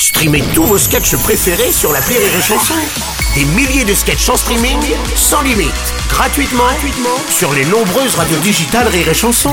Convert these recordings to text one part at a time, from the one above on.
Streamez tous vos sketchs préférés sur l'appli Rire et Chanson. Des milliers de sketchs en streaming, sans limite, gratuitement sur les nombreuses radios digitales Rire et Chanson.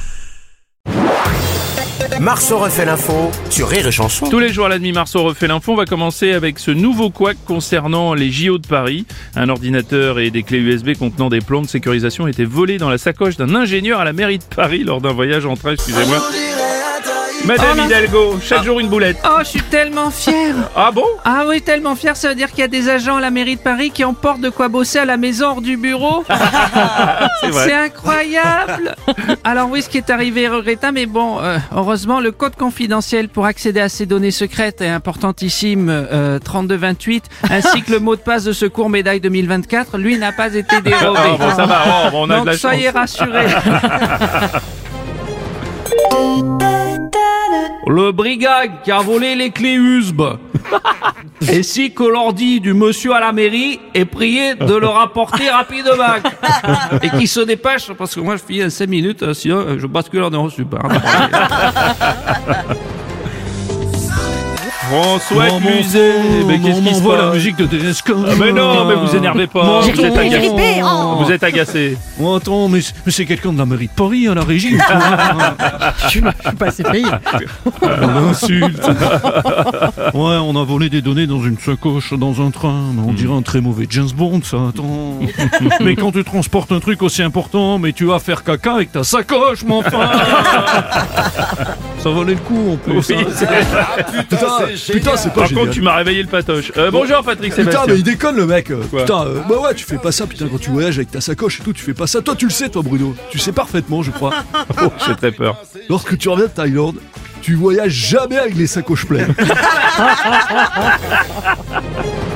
Marceau refait l'info sur Rire et Chanson. Tous les jours à la demi, Marceau refait l'info. On va commencer avec ce nouveau couac concernant les JO de Paris. Un ordinateur et des clés USB contenant des plans de sécurisation étaient volés dans la sacoche d'un ingénieur à la mairie de Paris lors d'un voyage en train, excusez-moi. Madame Hidalgo, chaque jour une boulette. Oh, je suis tellement fière. Ah bon? Ah oui, tellement fière, ça veut dire qu'il y a des agents à la mairie de Paris qui emportent de quoi bosser à la maison hors du bureau. C'est vrai. C'est incroyable. Alors oui, ce qui est arrivé est regrettable, mais bon, heureusement, le code confidentiel pour accéder à ces données secrètes et importantissimes 3228, ainsi que le mot de passe de secours médaille 2024, lui n'a pas été dérobé. Ah bon, ça va, oh, bon, on a Donc de la chance. soyez rassurés. Le brigade qui a volé les clés USB ainsi que l'ordi du monsieur à la mairie est prié de le rapporter rapidement et qui se dépêche parce que moi je finis en 5 minutes sinon je bascule en super. François Cluzet, mais qu'est-ce qui se passe? La musique de DSK. Ah mais non, mais vous énervez pas, J'ai vous êtes agacé. flippé, oh. Vous êtes agacé. Oh, attends, mais c'est quelqu'un de la mairie de Paris à la régie. Je suis pas assez payé. L'insulte. Ouais, on a volé des données dans une sacoche dans un train. Mais on dirait un très mauvais James Bond, ça. Attends. Mais quand tu transportes un truc aussi important, mais tu vas faire caca avec ta sacoche, mon frère. Ça valait le coup en plus. Oui, c'est... Putain, c'est pas Par génial. contre, tu m'as réveillé le patoche. Bonjour Patrick Putain, Sébastien. mais il déconne le mec. Quoi? Putain, bah ouais, tu fais pas ça, putain, quand tu voyages avec ta sacoche et tout, tu fais pas ça. Toi, tu le sais, toi, Bruno. Tu sais parfaitement, je crois. Oh, j'ai très peur. Lorsque tu reviens de Thaïlande, tu voyages jamais avec les sacoches pleines.